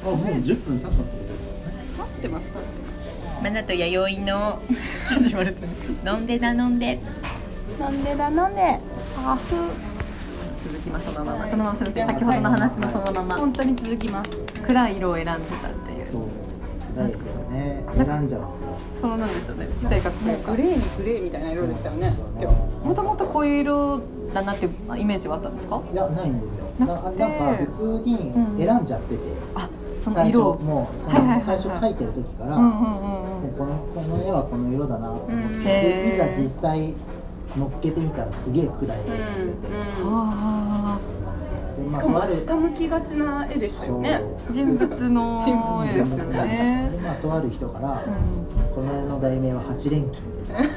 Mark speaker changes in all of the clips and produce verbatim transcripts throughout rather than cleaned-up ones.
Speaker 1: あ、もうじゅっぷん経ったってことですね。
Speaker 2: 待ってます、待ってます。
Speaker 3: マナと弥生の始まると飲んでだ飲んで
Speaker 2: 飲んでだ飲んでハーフ
Speaker 3: 続きます。そのままそのまますみません、先ほどの話のそのまま
Speaker 2: 本当に続きます。
Speaker 3: 暗い色を選んでたっていう。
Speaker 1: そう
Speaker 3: なんですか
Speaker 1: それね、選んじゃうんですよ。
Speaker 3: そうなんですよね、私生活というか
Speaker 2: グレーにグレーみたいな色でしたよね。
Speaker 1: 今日
Speaker 3: もともとこういう色だなっていうイメージはあったんですか？
Speaker 1: いや、ないんですよ。
Speaker 3: なくて
Speaker 1: ななんか普通に選んじゃってて、
Speaker 3: うん、あ、その
Speaker 1: 最初
Speaker 3: 色
Speaker 1: もうそ
Speaker 3: はいはいはいはい
Speaker 1: の最初描いてる時から、
Speaker 3: うんうんうんうん、
Speaker 1: もうこのこの絵はこの色だなと思って、
Speaker 2: うん
Speaker 1: でいざ実際乗っけてみたらすげえ暗い絵が出て、
Speaker 2: うんうん、
Speaker 3: は
Speaker 1: でまあ
Speaker 2: しかも
Speaker 1: とある
Speaker 2: 下向きがちな絵でしたよね。
Speaker 3: あ、人物の絵ですよね。
Speaker 1: でまあとある人から、
Speaker 3: うん、
Speaker 1: この絵の題名は八連勤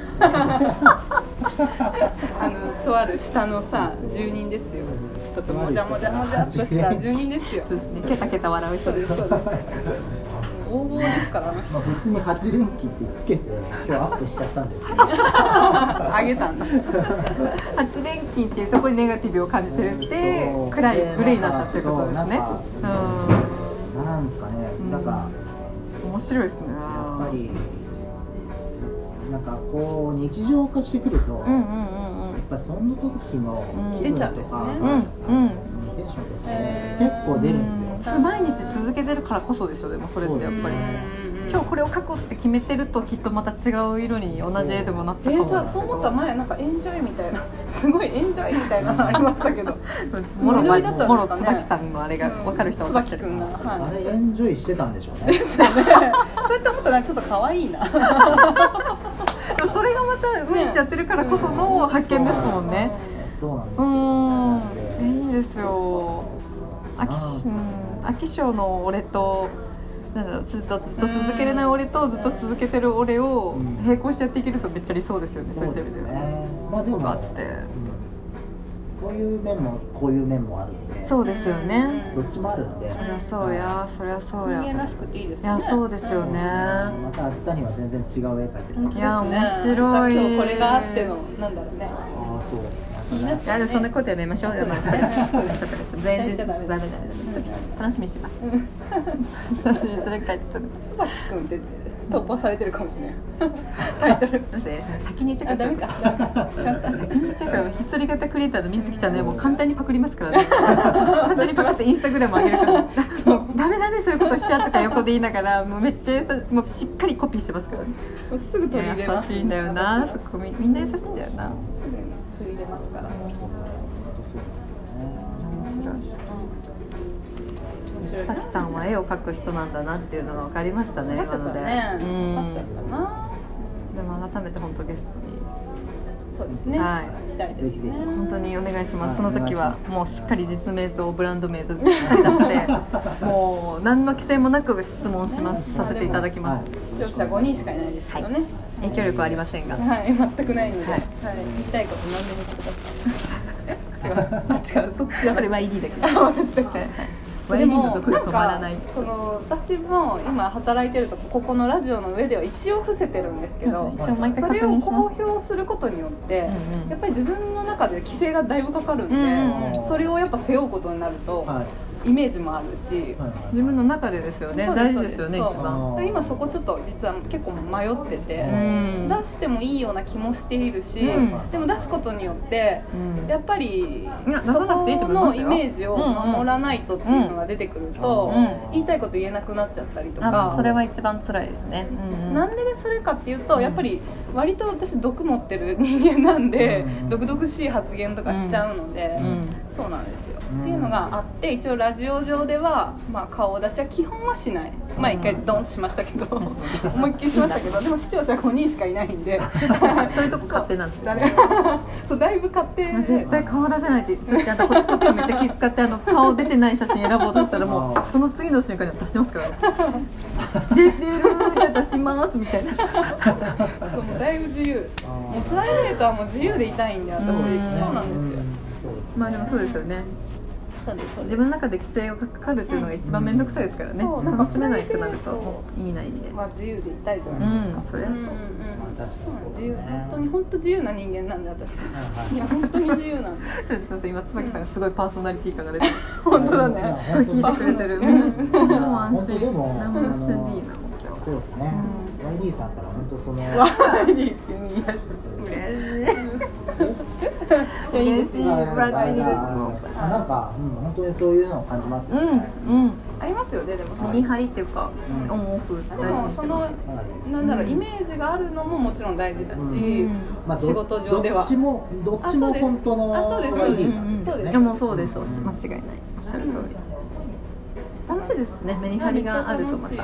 Speaker 2: あのとある下のさ住人ですよ。ちょっともじゃもじゃもじゃっとした住人ですよ。
Speaker 3: そうですね、ケタケタ笑う人です。
Speaker 2: そうです、そうです。応募ですから。
Speaker 1: まあ普通に八連勤ってつけて今日アップしちゃったんですけど
Speaker 2: あげたんだ。
Speaker 3: 八連勤っていうところにネガティブを感じてるって
Speaker 1: そう
Speaker 3: 暗い
Speaker 1: で
Speaker 3: グレーになったっていうことですね。
Speaker 1: なんか
Speaker 3: うん、
Speaker 1: なんですかね、なんか
Speaker 3: 面白いですね。
Speaker 1: やっぱりなんかこう日常化してくると、
Speaker 3: うんうんうんうん、
Speaker 1: やっぱりその時の気分とか、
Speaker 2: 出ちゃうんですね
Speaker 3: うんうん、
Speaker 1: テンションとかね、結構出るんですよ。
Speaker 3: それ毎日続けてるからこそですよ。でもそれってやっぱり今日これを描くって決めてるときっとまた違う色に同じ絵でもなったかも。
Speaker 2: えー、じゃあそう思ったら前なんかエンジョイみたいなすごいエンジョイみたいなのありましたけど
Speaker 3: もろ
Speaker 2: 無類だったんですかね。
Speaker 3: もろ椿さんのあれが分かる人は分かってる。
Speaker 2: 椿くんが、はい、
Speaker 1: あれエンジョイしてたんでしょうね。
Speaker 2: ですよね。そうやって思ったらちょっと可愛いな。
Speaker 3: でもそれがまた毎日やってるからこその発見ですもんね。
Speaker 1: そうなんです
Speaker 3: う
Speaker 1: よ。
Speaker 3: ん、いいですよ。秋秋賞の俺となんだろう、ずっとずっと続けれない俺とずっと続けてる俺を並行してやっていけるとめっちゃ理想ですよね。そういった意味では。
Speaker 1: まあでも
Speaker 3: があって、
Speaker 1: そういう面もこういう面もあるんで、
Speaker 3: そうですよね。
Speaker 1: どっちもあるんで、
Speaker 3: そりゃそうや、そりゃそうや。
Speaker 2: 人間らしくていいですね。
Speaker 3: いや、そうですよね。
Speaker 1: また明日には全然違う絵描いてるかもしれない。
Speaker 3: いや面白い。
Speaker 2: 今日これがあってのなんだろうね。
Speaker 1: ああ、そう。
Speaker 2: いいなっ
Speaker 3: いや、でもそんなことやめましょう。
Speaker 2: そうですね
Speaker 3: 全然ダメダメダメ。楽しみにしてます。楽しみにするかちょっと。
Speaker 2: 椿くんって投稿されてるかもしれない。タイトル。
Speaker 3: 先に言っちゃうから。
Speaker 2: ダメか。
Speaker 3: 先に言っちゃうから。ひっそり型クリエイターの水木ちゃんね、もう簡単にパクりますからね。簡単にパクってインスタグラム上げるから。そうダメダメそういうことしちゃうとか横で言いながら、もうめっちゃもうしっかりコピーしてますからね。
Speaker 2: すぐ取り入れます。
Speaker 3: 優しいんだよな。そこみんな優しいんだよな。
Speaker 2: すぐ取り入れますから。
Speaker 3: 面白い。椿さんは絵を描く人なんだなっていうのが分かりましたね。
Speaker 2: 分かっちゃったね。分かっちゃったな。
Speaker 3: でも改めて本当ゲストに。
Speaker 2: そうですね。
Speaker 3: はい。
Speaker 2: 見たいですね。
Speaker 3: 本当にお願いします。その時はもうしっかり実名とブランド名としっかり出して、もう何の規制もなく質問しますさせていただきます。
Speaker 2: 視聴者ごにんしかいないですけどね。
Speaker 3: 影響力はありませんが。
Speaker 2: はい、全くないので、はい、言いたいこと何でも言ってください。え、違う。あ、違う。そっちじゃない。
Speaker 3: それは アイディー だけど。
Speaker 2: 私だけ。
Speaker 3: でもなんか
Speaker 2: その私も今働いてるとここのラジオの上では一応伏せてるんですけど、それを公表することによってやっぱり自分の中で規制がだいぶかかるんで、それをやっぱ背負うことになるとイメージもあるし、
Speaker 3: 自分の中でですよね。大事ですよね、一番。
Speaker 2: 今そこちょっと実は結構迷ってて、出してもいいような気もしているし、でも出すことによってやっぱりそこのイメージを守らないとっていうのが出てくると、言いたいこと言えなくなっちゃったりとか、
Speaker 3: それは一番辛いですね。
Speaker 2: なんでそれかっていうと、やっぱり割と私毒持ってる人間なんで、毒々しい発言とかしちゃうので、そうなんですよ。っていうのがあって、一応ラジオ上では、まあ、顔出しは基本はしない。まあ一回ドンとしましたけど、思いっきりしましたけど、でも視聴者ごにんしかいないんで、
Speaker 3: そういうとこ勝手なんですよ。
Speaker 2: そうだいぶ勝手。
Speaker 3: 絶対顔出せないって言って、あとこっちこっちがめっちゃ気遣って、あの顔出てない写真選ぼうとしたらもうその次の瞬間には出してますからね。出てるじゃあ出しますみたいな。
Speaker 2: そうもうだいぶ自由。もうプライベートはもう自由でいたいんで、私。そうなんですよ。
Speaker 3: まあでもそうですよね。
Speaker 2: そうですそうです。
Speaker 3: 自分の中で規制がかかるっていうのが一番面倒くさいですからね、
Speaker 2: うん、
Speaker 3: 楽しめないくなるともう意味ないんで、
Speaker 2: まあ自由でいたいじゃないですか。
Speaker 3: うん、そりゃそう、うんうん、
Speaker 1: まあ確かにそうです
Speaker 2: 自由、
Speaker 1: ね。
Speaker 2: 本当に本当自由な人間なんで私。
Speaker 1: はい
Speaker 2: いや本当に自由なんで。
Speaker 3: そうですそうです。今椿さんがすごいパーソナリティ感が出てる
Speaker 2: 本当だね。
Speaker 3: すごい聞いてくれてる、めっちゃもう安心、
Speaker 1: でも
Speaker 3: 何も安心でいいなもう
Speaker 1: そうですね、
Speaker 3: うん、
Speaker 1: ワイディー さんから本当その
Speaker 2: ワイディー急に言い出して
Speaker 3: 嬉しい、バッチリです。
Speaker 1: なんか、うん、本当にそういうのを感じますよね。
Speaker 3: うん、うん、
Speaker 2: ありますよねでも。
Speaker 3: メリハリっていうか、オンオフ大事にしてます。
Speaker 2: なんだろう、イメージがあるのももちろん大事だし、うんまあ、仕事上では
Speaker 1: どっちもどっちも本当のワイディー さんですね。
Speaker 3: でもそうです、間違いない、おっしゃる通り。楽しいですしね、メリハリがあるとまた。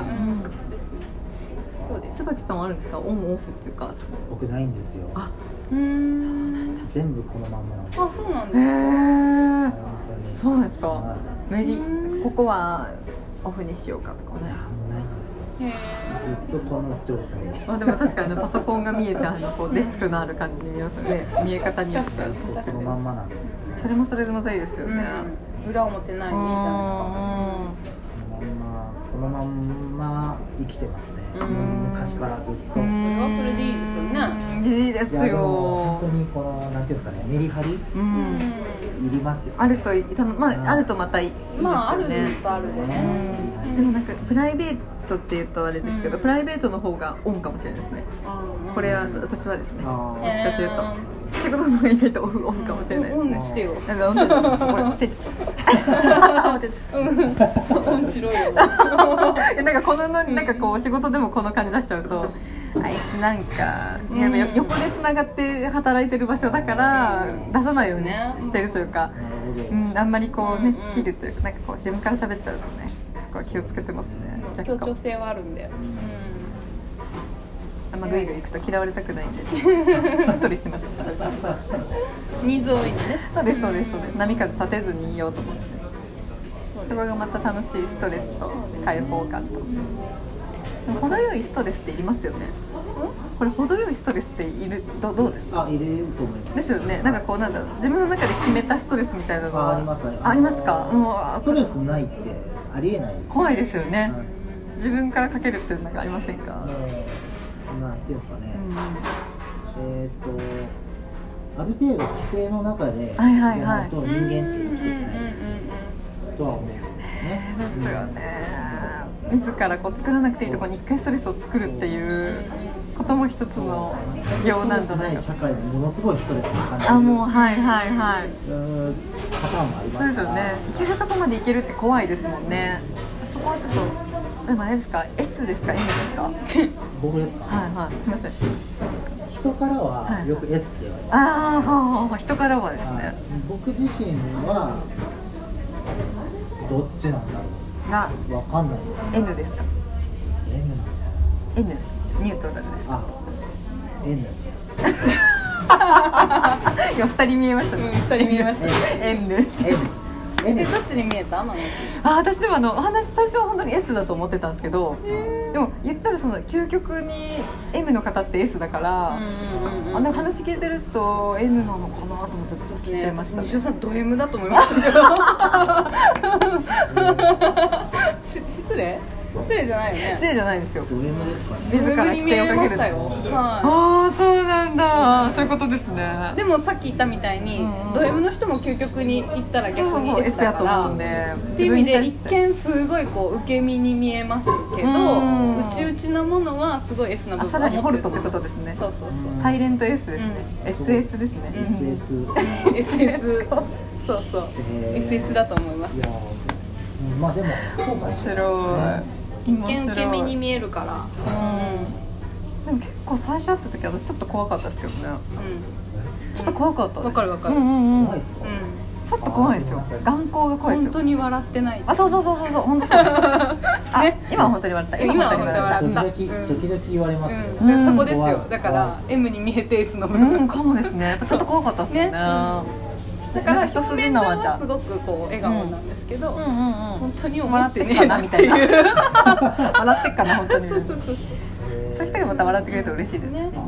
Speaker 3: 椿さんはあるんですか、オンオフっていうか。
Speaker 1: 僕ないんですよ。
Speaker 2: あ、うーん、そうなんだ。
Speaker 1: 全部このまんまなんです。
Speaker 2: あ、そうなんですか。
Speaker 3: へー、
Speaker 1: 本当に
Speaker 3: そうなんですか。
Speaker 1: はい、
Speaker 3: メリここはオフにしようかとかね。
Speaker 1: ないんですよ。ずっとこの状態で。
Speaker 3: まあでも確かにパソコンが見えてあのこうデスクのある感じに見えますよね。見え方によっては
Speaker 1: このまんまなんですよね。
Speaker 3: それもそれでまたいいですよね。
Speaker 2: うん、裏表ないいいじゃないですか。
Speaker 1: このまんま生きてますね。昔からずっと。それ
Speaker 2: はそれでいいですよね。
Speaker 3: いいですよ。
Speaker 1: 本当にこのなんていうんですかね、メリハリ、うん、いりますよ。
Speaker 3: あるとまああるとまたいいですよね。
Speaker 2: まああるとあるでね。
Speaker 3: 私でもなんかプライベートっていうとあれですけど、プライベートの方がオンかもしれないですね。これは私はですね。どっちかというと。仕事の意外とオフオフかもしれないですね。
Speaker 2: オンしてよ。
Speaker 3: なんかオンでこれ店長。
Speaker 2: オンしろよ。
Speaker 3: なんかこのなんかこう仕事でもこの感じ出しちゃうと、あいつなんかやっぱ横でつながって働いてる場所だから出さないようにしてるというか、うん、あんまりこうね仕切るというかなんかこう自分から喋っちゃうとね、そこは気をつけてますね。
Speaker 2: 協調性はあるんで。
Speaker 3: あんまグイグイ行くと嫌われたくないんでひっそりしてます。
Speaker 2: ニーズ多いんでね。
Speaker 3: そうですそうですそうです。波風立てずにいようと思って、そこがまた楽しいストレスと解放感と。程よいストレスっていりますよね。これ程よいストレスっている ど, どうですか。
Speaker 1: あ、いると思います。
Speaker 3: ですよね。なんかこうなんだろう、自分の中で決めたストレスみたいなのが
Speaker 1: あ, ありますね。
Speaker 3: ありますか。もう
Speaker 1: ストレスないってありえない。
Speaker 3: 怖いですよね。はい、自分からかけるっていうのがありませんか。
Speaker 1: なんていうんですかね、うん、えっ、ー、とある程度規制の中でじゃないと人間っていうのは生きていけないとは思うんですね。
Speaker 3: ですよね。自らこう作らなくていいところに一回ストレスを作るっていうことも一つの行なんじゃないか。
Speaker 1: 社会にものすごいストレスを感じる。
Speaker 3: あ、もうはいはいはい。
Speaker 1: パターンもありますから。
Speaker 3: そうですよね。いけるとこまでいけるって怖いですもんね。そこはちょっと。でもあれですか、 S ですか M ですか。
Speaker 1: 僕ですか。
Speaker 3: はいはい、すみません。
Speaker 1: 人からはよく S って言われます。
Speaker 3: ああ、人からはですね。
Speaker 1: 僕自身はどっちなんだろう。
Speaker 3: が
Speaker 1: わかんないです。
Speaker 3: N ですか。
Speaker 1: N なんだ。
Speaker 3: N ニュートラルです。
Speaker 1: あ、N。
Speaker 3: いやふたり見えましたね。
Speaker 2: うん、ふたり見えましたね。
Speaker 3: N。
Speaker 1: N。
Speaker 2: え、どっちに見えた？マナス。
Speaker 3: あ、私でもあのお話最初は本当に S だと思ってたんですけど、でも言ったらその究極に M の方って S だから、あの話聞いてると N なのかなと思ってちょっと聞いちゃいました、ね。
Speaker 2: 西尾さんド M だと思いましたけど。失礼？失礼じゃないよね。
Speaker 3: 失礼じゃないですよ。
Speaker 1: ド M ですかね。
Speaker 3: 自ら規制をかける。
Speaker 2: はい。
Speaker 3: ああ、そうなんだ。そういうことですね。
Speaker 2: でもさっき言ったみたいに、うん、ド M の人も究極に言ったら逆に S だから、っていう意味で一見すごいこう受け身に見えますけど、うちうちのものはすごい S な部分を持ってる。さらにホルトってことですね。そうそうそう。サイレント S ですね。うん、エスエス ですね。
Speaker 1: エスエス。
Speaker 2: エスエス。そうそう。エスエス だと思います。
Speaker 1: まあでもそうかもしれないですね。
Speaker 2: 一見受け身に見えるから、
Speaker 3: うん、でも結構最初会った時私ちょっと怖かったですけどね、うん、ちょっと怖かったです。
Speaker 2: わかるわかる、
Speaker 1: うんうんうん、怖いですか、うん、
Speaker 3: ちょっと怖いですよ。眼光が怖いですよ。
Speaker 2: 本当に笑ってない。
Speaker 3: あ、そうそうそうそうそう、本当そう。あ、ね、今は本当に笑った。
Speaker 2: 今は本当に笑った。
Speaker 1: 時々、時々言われますよ、
Speaker 2: うんうん、そこですよ。だから M に見えて S の部分、
Speaker 3: うん、かもですね。ちょっと怖かったですね。
Speaker 2: だから一筋縄はすごくこう笑顔なんですけど、うんうんうん、本当に思ってねえなみたいな。笑
Speaker 3: ってっかな本当に。そうそうそう。そういう人がまた笑ってくれると嬉しいですしね。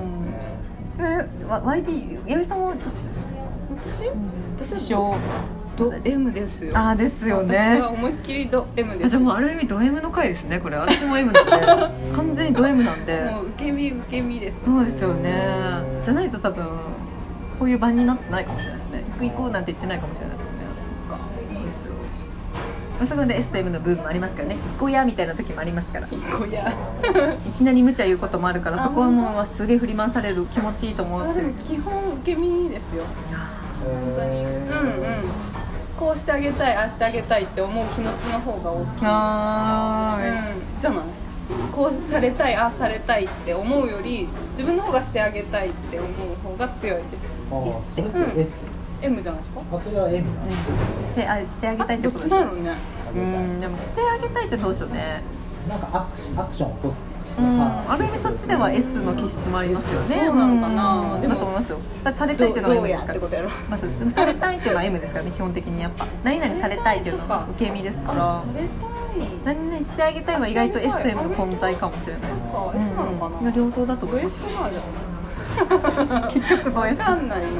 Speaker 3: え、ワイディー、八木さんはどっちですか？
Speaker 2: 私？私は
Speaker 3: 師匠。
Speaker 2: ド M ですよ。
Speaker 3: あですよね。
Speaker 2: 私は思いっきりド M です。
Speaker 3: じゃあもうある意味ド M の回ですねこれ。私も M なんで完全にド M なんで
Speaker 2: もう受け身受け身です、ね、
Speaker 3: そうですよね。じゃないと多分こういう版になってないかもしれないですね。行く行くなんて言ってないかもしれないですよね。そっかいいですよ。そこで S と M の部分もありますからね。行こやみたいな時もありますから。
Speaker 2: 行こや
Speaker 3: いきなり無茶言うこともあるからそこはもうすげえ振り回される気持ちいいと思ってる。
Speaker 2: 基本受け身ですよ本当に。うんうんこうしてあげたいああしてあげたいって思う気持ちの方が大きい。
Speaker 3: あ
Speaker 2: うんじゃないこうされたいああされたいって思うより自分の方がしてあげたいって思う方が強いです。
Speaker 1: ああそれって S、
Speaker 2: うん、M じゃないですか。
Speaker 1: あそれは M なんです
Speaker 3: うん、してあしてあげたいってことです
Speaker 2: どっちだろうね。
Speaker 3: うんでもしてあげたいってどうでしょうね。
Speaker 1: なんかアクションアクションを起こす。
Speaker 3: うんある意味そっちでは S の気質もありますよね。
Speaker 2: そうなのかな。
Speaker 3: でもだと思いますよ。だってされたいっていうのは M ですから。
Speaker 2: どうやってことやろ。
Speaker 3: まあそうです。でもされたいっていうのは M ですからね基本的にやっぱ何々されたいっていうのが受け身ですから。
Speaker 2: されたい
Speaker 3: 何々してあげたいは意外と S と M の混在かもしれないです。
Speaker 2: S なのかな。
Speaker 3: 両党だと思います。
Speaker 2: S かなじゃん
Speaker 3: 結局の S
Speaker 2: 分かんないな。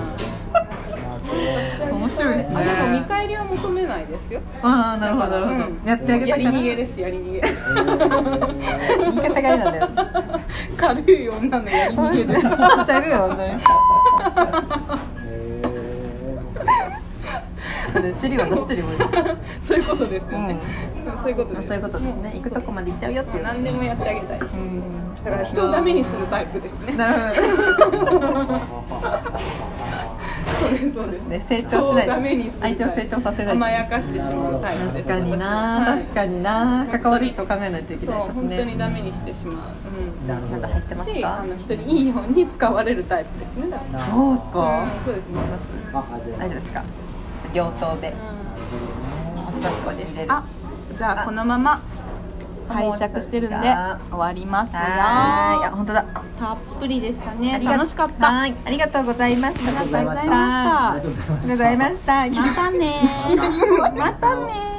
Speaker 3: 面白いですね。
Speaker 2: あでも見返りは求めないですよ。
Speaker 3: ああなるほどなるほど、うん、やってあげたい
Speaker 2: やり逃げですやり逃げ言
Speaker 3: い方がいいなんだよ
Speaker 2: 軽い女のやり逃げです
Speaker 3: 軽い女ね尻はどっしりもいい
Speaker 2: そういうことですよね、うん、そういうことです。
Speaker 3: そういうことですね。行くとこまで行っちゃうよっていう。
Speaker 2: 何でもやってあげたい。うんだから人をダメにするタイプですね。
Speaker 3: なるほど
Speaker 2: そうですそうです
Speaker 3: ね。成長しない。相手を成長させない。
Speaker 2: 甘やかしてしまうタイプです。
Speaker 3: 確かにな、確かにな。関わる人を考えないといけないですね。
Speaker 2: そう本当にダメにしてしまう。うん。
Speaker 3: まだ入ってますか。
Speaker 2: あの人にいいように使われるタイプですね。だから
Speaker 3: そうですか。
Speaker 2: そうですね。
Speaker 3: 大丈夫ですか。両党で。
Speaker 2: あ、じゃあこのまま拝借してるんで終わりますよ。
Speaker 3: はい、あ本当だ。
Speaker 2: たっぷりでしたね。楽しかった。
Speaker 3: はい、ありがとうございました。
Speaker 2: ありがとうございました。
Speaker 3: ありがとうございました。
Speaker 2: またね。またね。